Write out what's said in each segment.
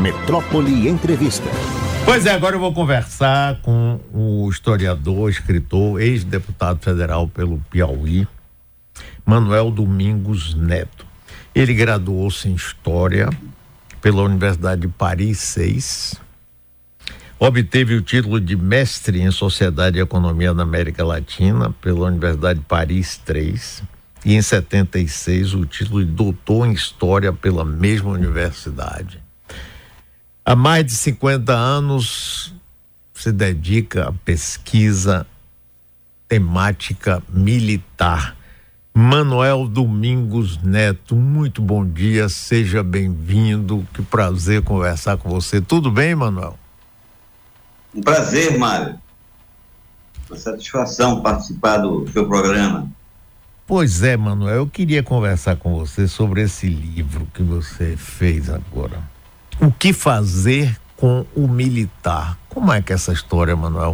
Metrópole Entrevista. Pois é, agora eu vou conversar com o historiador, escritor, ex-deputado federal pelo Piauí, Manuel Domingos Neto. Ele graduou-se em História pela Universidade de Paris 6, obteve o título de Mestre em Sociedade e Economia na América Latina pela Universidade de Paris 3 e em 76 o título de Doutor em História pela mesma universidade. Há mais de 50 anos se dedica à pesquisa temática militar. Manuel Domingos Neto, muito bom dia, seja bem-vindo, que prazer conversar com você. Tudo bem, Manuel? Um prazer, Mário. Uma satisfação participar do seu programa. Pois é, Manuel, eu queria conversar com você sobre esse livro que você fez agora. O que fazer com o militar? Como é que é essa história, Manuel?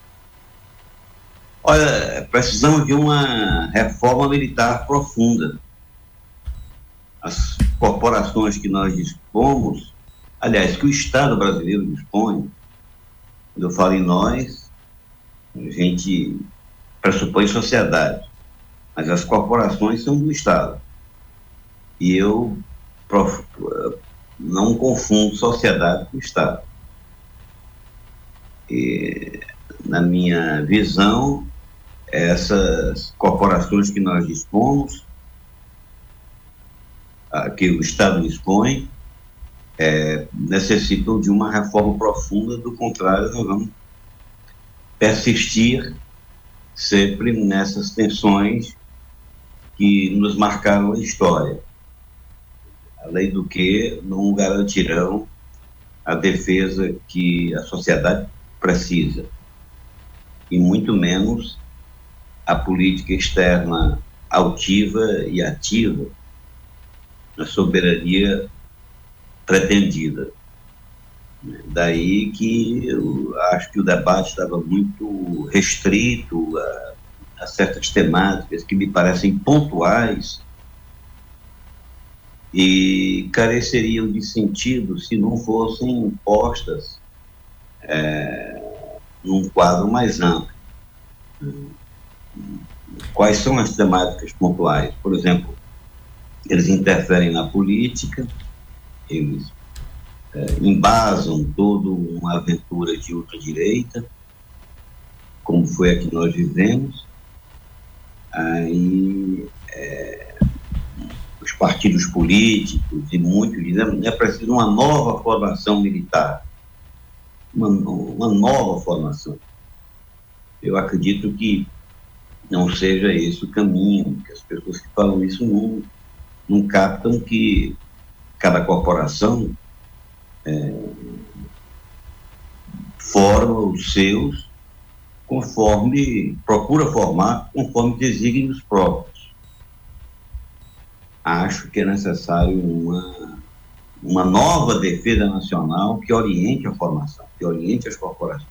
Olha, precisamos de uma reforma militar profunda. As corporações que nós dispomos, aliás, que o Estado brasileiro dispõe, quando eu falo em nós, a gente pressupõe sociedade, mas as corporações são do Estado. E eu não confundo sociedade com Estado. E, na minha visão, essas corporações que nós dispomos, que o Estado dispõe, necessitam de uma reforma profunda, do contrário, nós vamos persistir sempre nessas tensões que nos marcaram a história. Além do que não garantirão a defesa que a sociedade precisa, e muito menos a política externa altiva e ativa na soberania pretendida. Daí que eu acho que o debate estava muito restrito a certas temáticas que me parecem pontuais e careceriam de sentido se não fossem postas num quadro mais amplo. Quais são as temáticas pontuais? Por exemplo, eles interferem na política, eles embasam toda uma aventura de ultradireita, como foi a que nós vivemos. Aí os partidos políticos e muitos dizem é preciso uma nova formação militar, uma nova formação. Eu acredito que não seja esse o caminho, que as pessoas que falam isso não captam que cada corporação forma os seus procura formar conforme desígnios próprios. Acho que é necessário uma nova defesa nacional que oriente a formação, que oriente as corporações.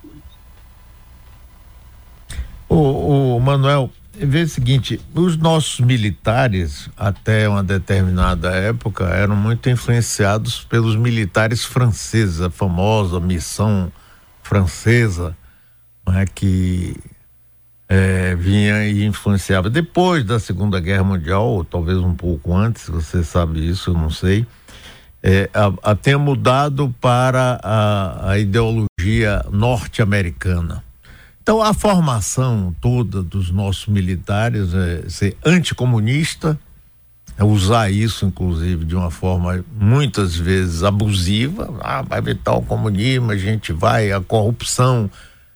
O Manuel, vê o seguinte, os nossos militares, até uma determinada época, eram muito influenciados pelos militares franceses, a famosa missão francesa, né, que vinha e influenciava. Depois da Segunda Guerra Mundial, ou talvez um pouco antes, você sabe isso, eu não sei, tenha mudado para a ideologia norte-americana. Então, a formação toda dos nossos militares é ser anticomunista, usar isso, inclusive, de uma forma muitas vezes abusiva. Vai vetar o comunismo, a gente vai, a corrupção.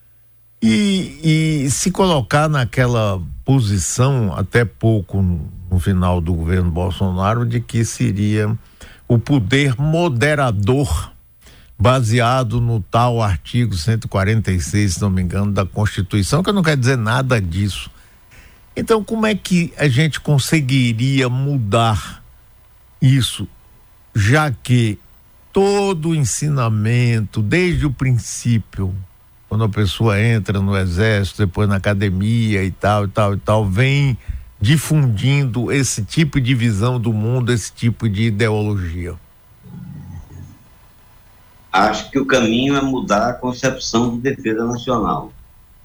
E se colocar naquela posição, até pouco no final do governo Bolsonaro, de que seria o poder moderador, baseado no tal artigo 146, se não me engano, da Constituição, que não quer dizer nada disso. Então, como é que a gente conseguiria mudar isso, já que todo o ensinamento, desde o princípio, quando a pessoa entra no exército, depois na academia e tal, vem difundindo esse tipo de visão do mundo, esse tipo de ideologia? acho que o caminho é mudar a concepção de defesa nacional.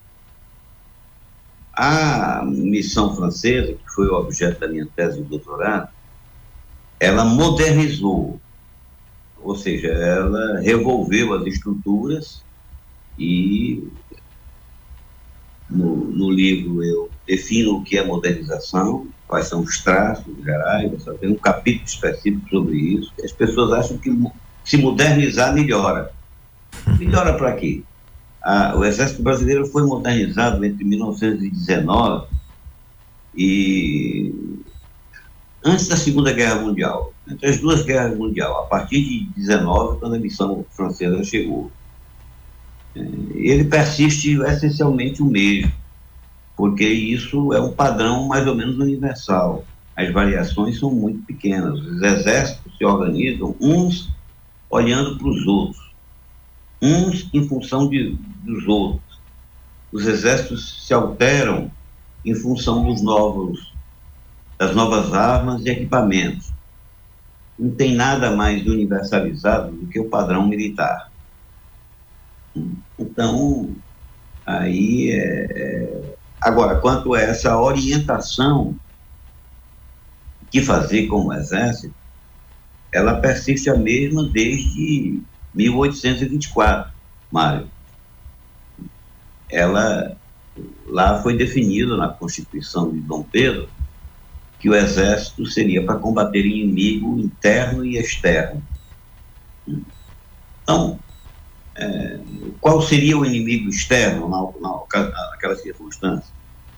A missão francesa, que foi o objeto da minha tese de doutorado, ela modernizou, ou seja, ela revolveu as estruturas e no livro eu defino o que é modernização, quais são os traços gerais, eu só tenho um capítulo específico sobre isso. As pessoas acham que se modernizar melhora. Melhora para quê? O Exército Brasileiro foi modernizado entre 1919 e antes da Segunda Guerra Mundial, entre as duas guerras mundiais, a partir de 19, quando a missão francesa chegou. Ele persiste essencialmente o mesmo, porque isso é um padrão mais ou menos universal. As variações são muito pequenas. Os exércitos se organizam uns olhando para os outros, uns em função dos outros. Os exércitos se alteram em função das novas armas e equipamentos. Não tem nada mais universalizado do que o padrão militar. Então, aí agora, quanto a essa orientação que fazer com o Exército, ela persiste a mesma desde 1824, Mário. Lá foi definido na Constituição de Dom Pedro que o Exército seria para combater inimigo interno e externo. Então, qual seria o inimigo externo naquela circunstância?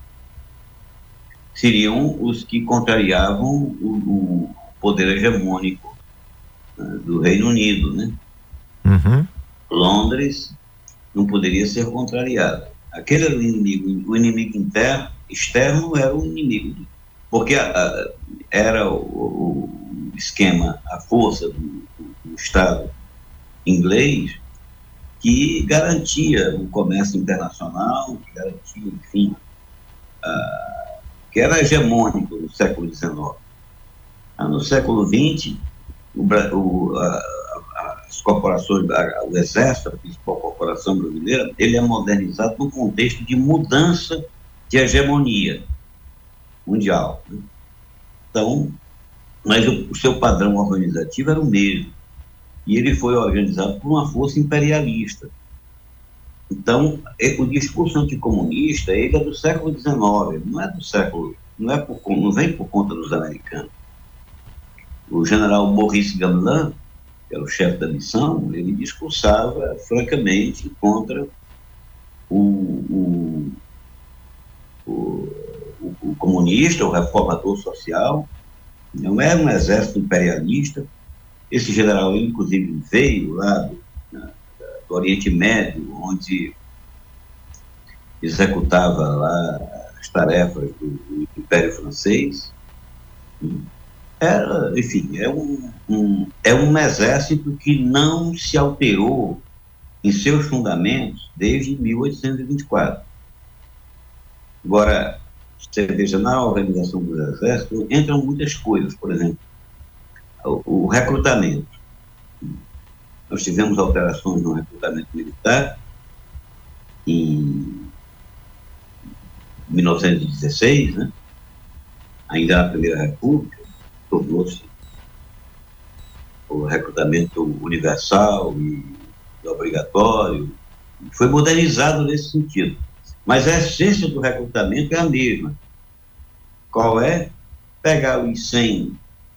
Seriam os que contrariavam o poder hegemônico do Reino Unido, né? Uhum. Londres não poderia ser contrariado. Aquele era o inimigo externo era o inimigo, porque era o esquema, a força do Estado inglês que garantia o comércio internacional, que garantia, enfim, que era hegemônico no século XIX. No século XX, as corporações, o Exército, a principal corporação brasileira, ele é modernizado no contexto de mudança de hegemonia mundial, né? Então, mas o seu padrão organizativo era o mesmo, e ele foi organizado por uma força imperialista. Então, o discurso anticomunista, ele é do século XIX, não é do século, não vem por conta dos americanos. O general Maurice Gamelin, que era o chefe da missão, ele discursava francamente contra o comunista, o reformador social. Não era um exército imperialista. Esse general, inclusive, veio lá do Oriente Médio, onde executava lá as tarefas do Império Francês. Enfim, é um exército que não se alterou em seus fundamentos desde 1824. Agora, você veja, na organização dos exércitos entram muitas coisas, por exemplo, o recrutamento. Nós tivemos alterações no recrutamento militar em 1916, né? Ainda na Primeira República, tornou-se o recrutamento universal e obrigatório, foi modernizado nesse sentido. Mas a essência do recrutamento é a mesma. Qual é? Pegar os 100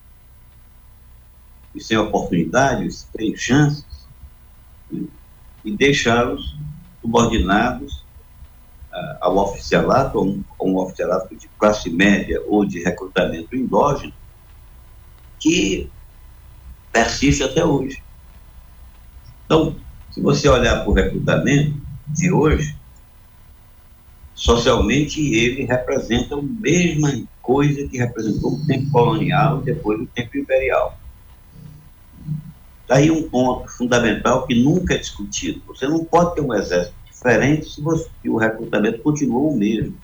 oportunidades, os 100 chances, né, e deixá-los subordinados ao oficialato, ou um oficialato de classe média ou de recrutamento endógeno, que persiste até hoje. Então, se você olhar para o recrutamento de hoje, socialmente ele representa a mesma coisa que representou o tempo colonial e depois o tempo imperial. Daí um ponto fundamental que nunca é discutido. Você não pode ter um exército diferente se o recrutamento continua o mesmo.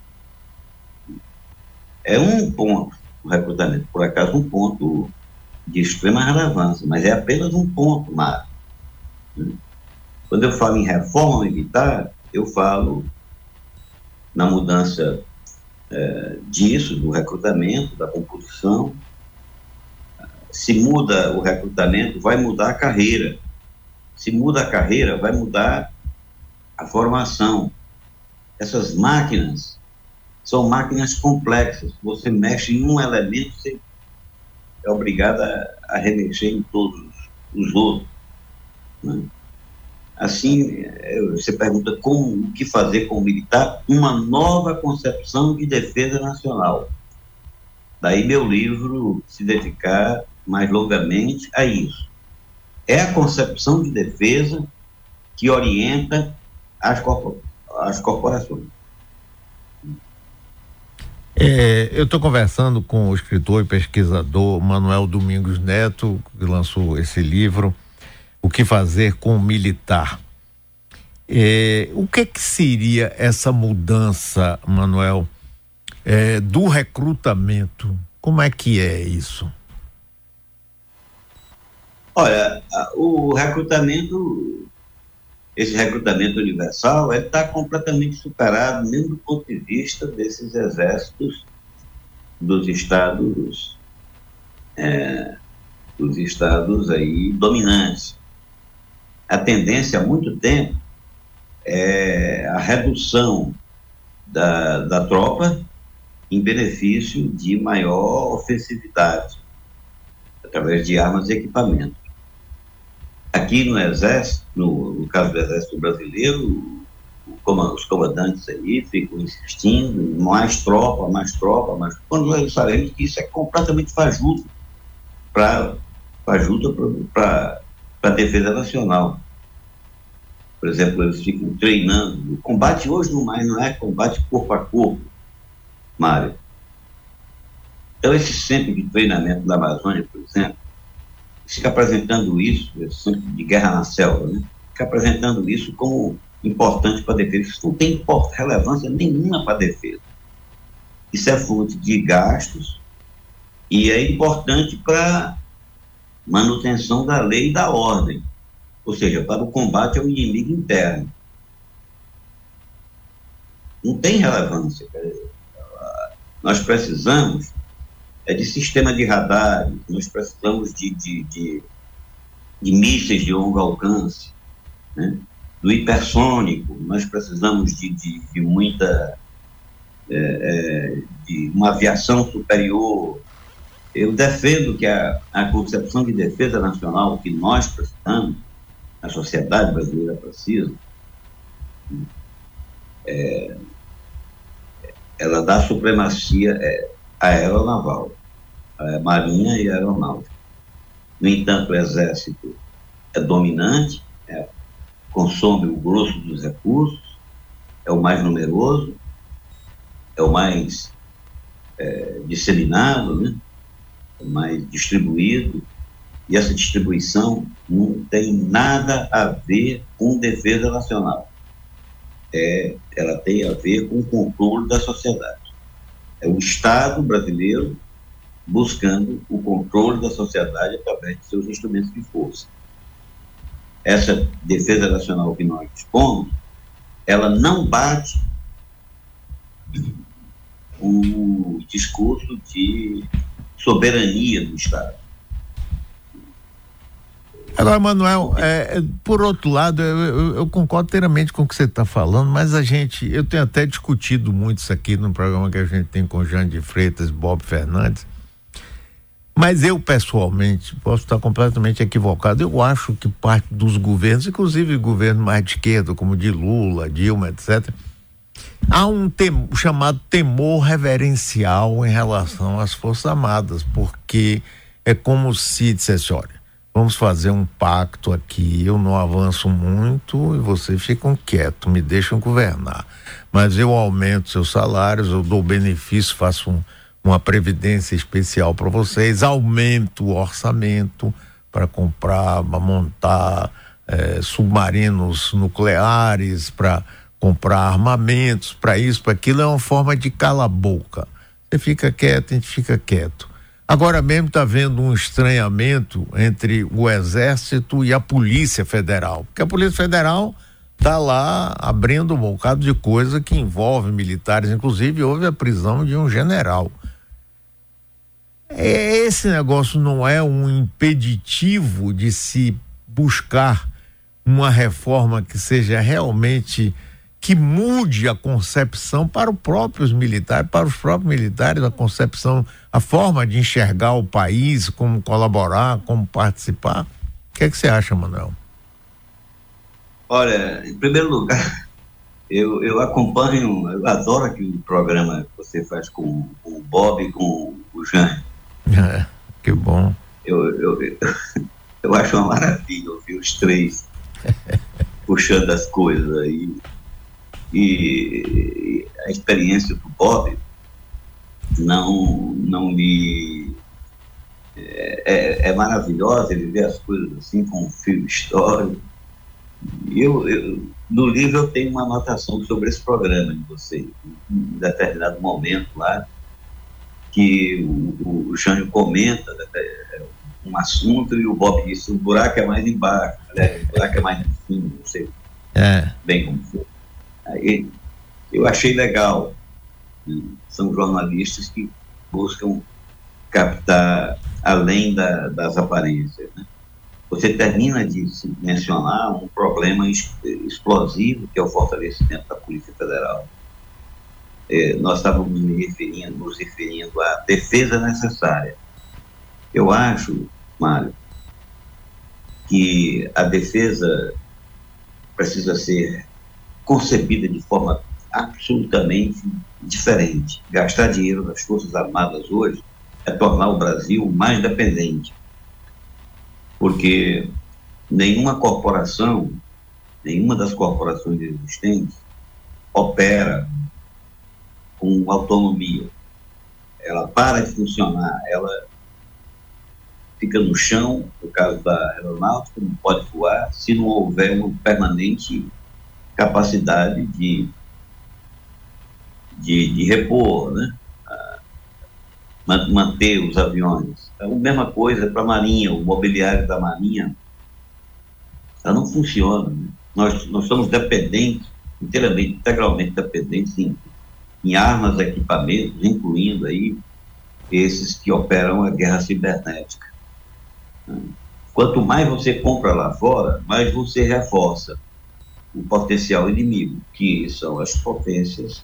É um ponto o recrutamento, por acaso um ponto de extrema relevância, mas é apenas um ponto, Mário. Quando eu falo em reforma militar, eu falo na mudança disso, do recrutamento, da composição. Se muda o recrutamento, vai mudar a carreira. Se muda a carreira, vai mudar a formação. Essas máquinas são máquinas complexas. Você mexe em um elemento, você é obrigado a remexer em todos os outros, né? Assim, você pergunta o que fazer com o militar? Uma nova concepção de defesa nacional. Daí meu livro se dedicar mais longamente a isso. É a concepção de defesa que orienta as corporações. Eu estou conversando com o escritor e pesquisador Manuel Domingos Neto, que lançou esse livro, O que Fazer com o Militar. O que seria essa mudança, Manuel, do recrutamento? Como é que é isso? Olha, o recrutamento, esse recrutamento universal, está completamente superado, mesmo do ponto de vista desses exércitos dos estados aí dominantes. A tendência há muito tempo é a redução da tropa em benefício de maior ofensividade, através de armas e equipamentos. Aqui no Exército, no caso do Exército Brasileiro, os comandantes aí ficam insistindo, mais tropa, quando nós sabemos que isso é completamente fajuto para a defesa nacional. Por exemplo, eles ficam treinando. O combate hoje não é combate corpo a corpo, Mário. Então, esse centro de treinamento da Amazônia, por exemplo, fica apresentando isso, esse centro de guerra na selva, né? Fica apresentando isso como importante para a defesa. Isso não tem relevância nenhuma para a defesa. Isso é fonte de gastos e é importante para manutenção da lei e da ordem, ou seja, para o combate ao inimigo interno. Não tem relevância. Nós precisamos de sistema de radar, nós precisamos de mísseis de longo alcance, né? Do hipersônico, nós precisamos de muita de uma aviação superior. Eu defendo que a concepção de defesa nacional que nós precisamos, a sociedade brasileira precisa, ela dá supremacia à aeronaval, à marinha e à aeronáutica. No entanto, o exército é dominante, consome o grosso dos recursos, é o mais numeroso, é o mais disseminado, né? É o mais distribuído, e essa distribuição não tem nada a ver com defesa nacional. Ela tem a ver com o controle da sociedade. É o Estado brasileiro buscando o controle da sociedade através de seus instrumentos de força. Essa defesa nacional que nós dispomos, ela não bate o discurso de soberania do Estado. Agora, Manuel, por outro lado, eu concordo inteiramente com o que você está falando, mas eu tenho até discutido muito isso aqui no programa que a gente tem com Jean de Freitas e Bob Fernandes, mas eu, pessoalmente, posso estar completamente equivocado. Eu acho que parte dos governos, inclusive governos mais de esquerda, como de Lula, Dilma, etc., há um chamado temor reverencial em relação às Forças Armadas, porque é como se dissesse, olha, vamos fazer um pacto aqui, eu não avanço muito e vocês ficam quietos, me deixam governar. Mas eu aumento seus salários, eu dou benefício, faço uma previdência especial para vocês, aumento o orçamento para comprar, para montar submarinos nucleares, para comprar armamentos, para isso, para aquilo. É uma forma de calar a boca. Você fica quieto, a gente fica quieto. Agora mesmo está havendo um estranhamento entre o Exército e a Polícia Federal, porque a Polícia Federal está lá abrindo um bocado de coisa que envolve militares, inclusive houve a prisão de um general. Esse negócio não é um impeditivo de se buscar uma reforma que seja realmente, que mude a concepção para os próprios militares, a concepção, a forma de enxergar o país, como colaborar, como participar. O que é que você acha, Manuel? Olha, em primeiro lugar, eu acompanho, eu adoro aquele programa que você faz com o Bob e com o Jânio. Que bom. Eu acho uma maravilha ouvir os três puxando as coisas aí. E a experiência do Bob não me é maravilhosa, ele vê as coisas assim com um fio histórico. No livro eu tenho uma anotação sobre esse programa de vocês, em determinado momento lá, que o Jânio comenta um assunto e o Bob disse: o buraco é mais embaixo, né? O buraco é mais em cima, não sei bem como foi. Aí, eu achei legal. São jornalistas que buscam captar além das aparências, né? Você termina de mencionar um problema explosivo, que é o fortalecimento da Polícia Federal. Nós estávamos nos referindo à defesa necessária. Eu acho, Mário, que a defesa precisa ser concebida de forma absolutamente diferente. Gastar dinheiro das Forças Armadas hoje é tornar o Brasil mais dependente, porque nenhuma das corporações existentes opera com autonomia. Ela para de funcionar, ela fica no chão, no caso da aeronáutica, não pode voar, se não houver uma permanente capacidade de repor, né? Manter os aviões. É a mesma coisa para a Marinha, o mobiliário da Marinha, ela não funciona, né? Nós somos dependentes, integralmente dependentes em armas, equipamentos, incluindo aí esses que operam a guerra cibernética. Quanto mais você compra lá fora, mais você reforça o potencial inimigo, que são as potências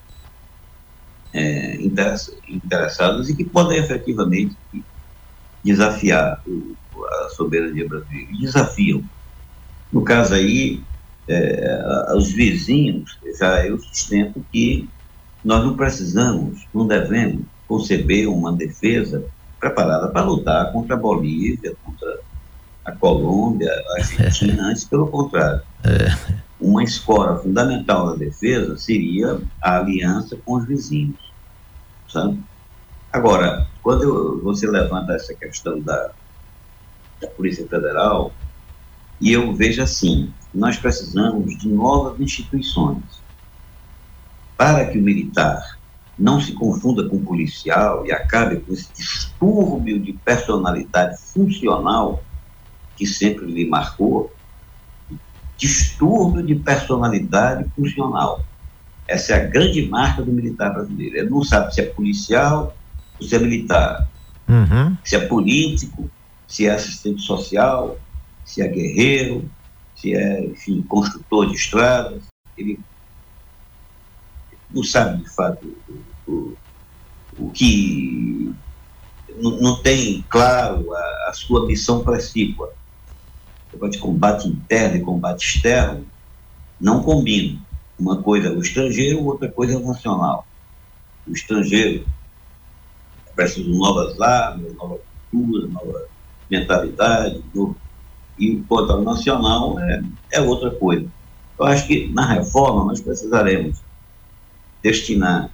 interessadas e que podem efetivamente desafiar a soberania brasileira. Desafiam. No caso aí, os vizinhos, já eu sustento que nós não devemos conceber uma defesa preparada para lutar contra a Bolívia, contra a Colômbia, a Argentina, antes pelo contrário. Uma escola fundamental da defesa seria a aliança com os vizinhos, sabe? Agora, quando você levanta essa questão da Polícia Federal, e eu vejo assim, nós precisamos de novas instituições para que o militar não se confunda com o policial e acabe com esse distúrbio de personalidade funcional que sempre lhe marcou. Distúrbio de personalidade funcional. Essa é a grande marca do militar brasileiro. Ele não sabe se é policial ou se é militar, se é político, se é assistente social, se é guerreiro, se é, enfim, construtor de estradas. Ele não sabe, de fato, o que... Não tem claro a sua missão precípua. De combate interno e combate externo não combinam. Uma coisa é o estrangeiro, outra coisa é o nacional. O estrangeiro é preciso novas armas, nova cultura, nova mentalidade, e quanto ao nacional é outra coisa. Eu acho que na reforma nós precisaremos destinar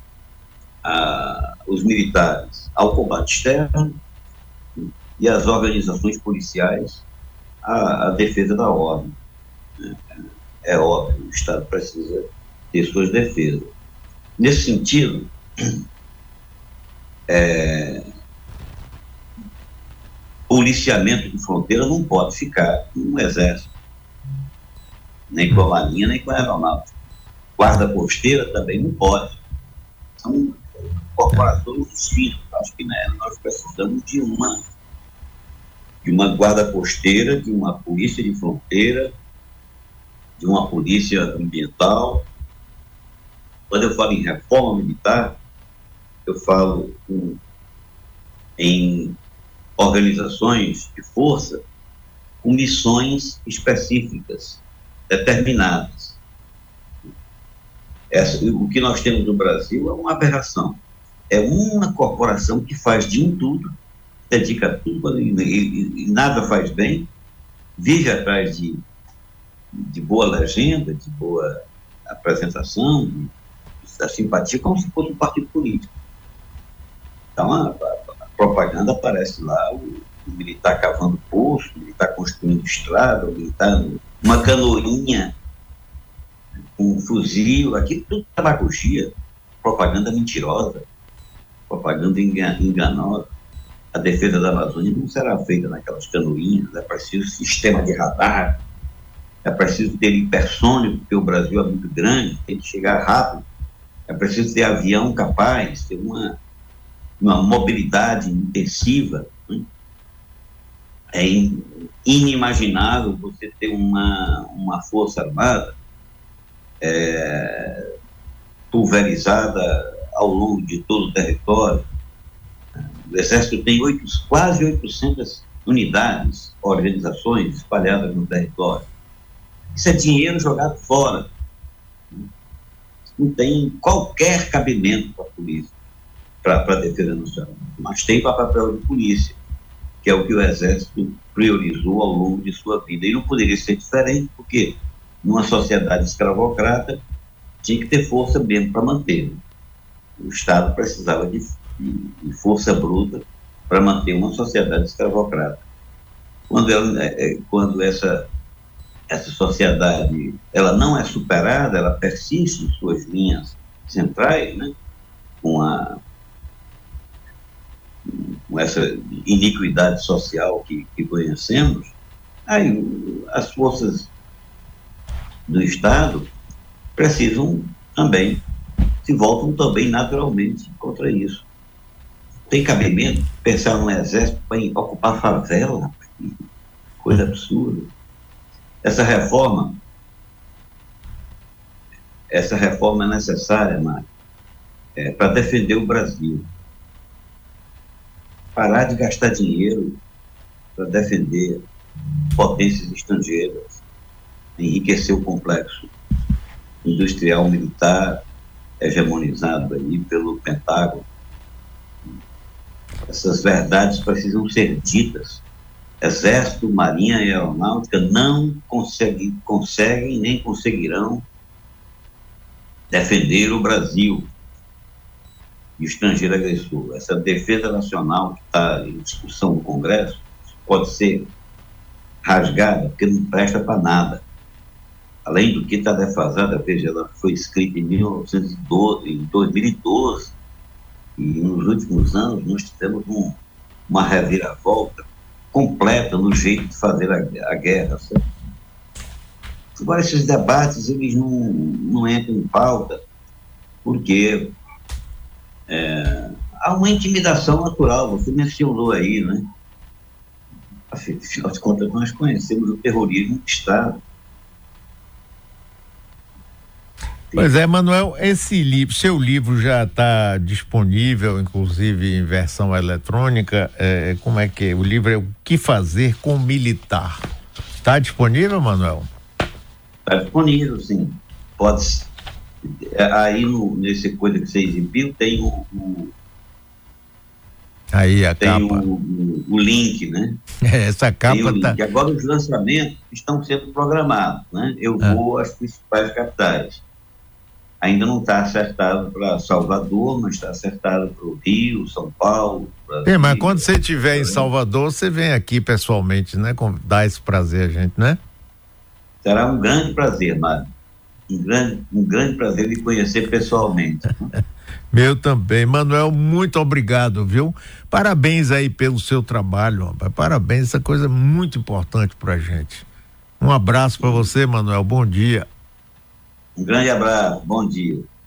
os militares ao combate externo e as organizações policiais à defesa da ordem. É óbvio, o Estado precisa ter suas defesas. Nesse sentido, policiamento de fronteira não pode ficar com o Exército, nem com a Marinha, nem com a Aeronáutica. Guarda costeira também não pode. São corporações distintas. Acho que, né, nós precisamos de uma guarda costeira, de uma polícia de fronteira, de uma polícia ambiental. Quando eu falo em reforma militar, eu falo em organizações de força com missões específicas, determinadas. O que nós temos no Brasil é uma aberração. É uma corporação que faz de um tudo, dedica tudo e nada faz bem, vive atrás de boa legenda, de boa apresentação, da simpatia, como se fosse um partido político. Então a propaganda aparece lá, o militar cavando poço, o militar construindo estrada, o militar uma canoinha, um fuzil, aqui tudo tabacuxia, propaganda mentirosa, propaganda enganosa. A defesa da Amazônia não será feita naquelas canoinhas, é preciso sistema de radar, é preciso ter hipersônico, porque o Brasil é muito grande, tem que chegar rápido, é preciso ter avião capaz, ter uma mobilidade intensiva, né? É inimaginável você ter uma força armada pulverizada ao longo de todo o território. O Exército tem quase 800 unidades, organizações espalhadas no território. Isso é dinheiro jogado fora. Não tem qualquer cabimento para a polícia, para a defesa nacional, mas tem para papel de polícia, que é o que o Exército priorizou ao longo de sua vida. E não poderia ser diferente, porque numa sociedade escravocrata tinha que ter força mesmo para manter. O Estado precisava de força bruta para manter uma sociedade escravocrata. Quando essa sociedade ela não é superada, ela persiste em suas linhas centrais, né, com essa iniquidade social que conhecemos, aí as forças do Estado se voltam também naturalmente contra isso. Tem cabimento pensar num exército para ocupar favela? Coisa absurda. Essa reforma é necessária, Mário, para defender o Brasil. Parar de gastar dinheiro para defender potências estrangeiras, enriquecer o complexo industrial militar hegemonizado aí pelo Pentágono. Essas verdades precisam ser ditas. Exército, Marinha e Aeronáutica não conseguem nem conseguirão defender o Brasil e o estrangeiro agressor. Essa defesa nacional que está em discussão no Congresso pode ser rasgada, porque não presta para nada. Além do que está defasada, veja, ela foi escrita em 2012, e nos últimos anos nós tivemos uma reviravolta completa no jeito de fazer a guerra, certo? Agora, esses debates, eles não entram em pauta, porque há uma intimidação natural, você mencionou aí, né? Afinal de contas, nós conhecemos o terrorismo do Estado. Pois é, Manuel, seu livro já está disponível, inclusive em versão eletrônica. Como é que é? O livro é O que Fazer com Militar. Está disponível, Manuel? Está disponível, sim. Pode. Aí nesse coisa que você exibiu tem aí a tem capa. O link, né? Essa capa está. Agora os lançamentos estão sendo programados, né? Eu vou às principais capitais. Ainda não está acertado para Salvador, mas está acertado para o Rio, São Paulo. Brasília, mas quando você estiver em Salvador, você vem aqui pessoalmente, né? Dá esse prazer a gente, né? Será um grande prazer, Mário. Um grande prazer de conhecer pessoalmente. Meu também. Manuel, muito obrigado, viu? Parabéns aí pelo seu trabalho, rapaz. Parabéns, essa coisa é muito importante pra gente. Um abraço para você, Manuel. Bom dia. Um grande abraço. Bom dia.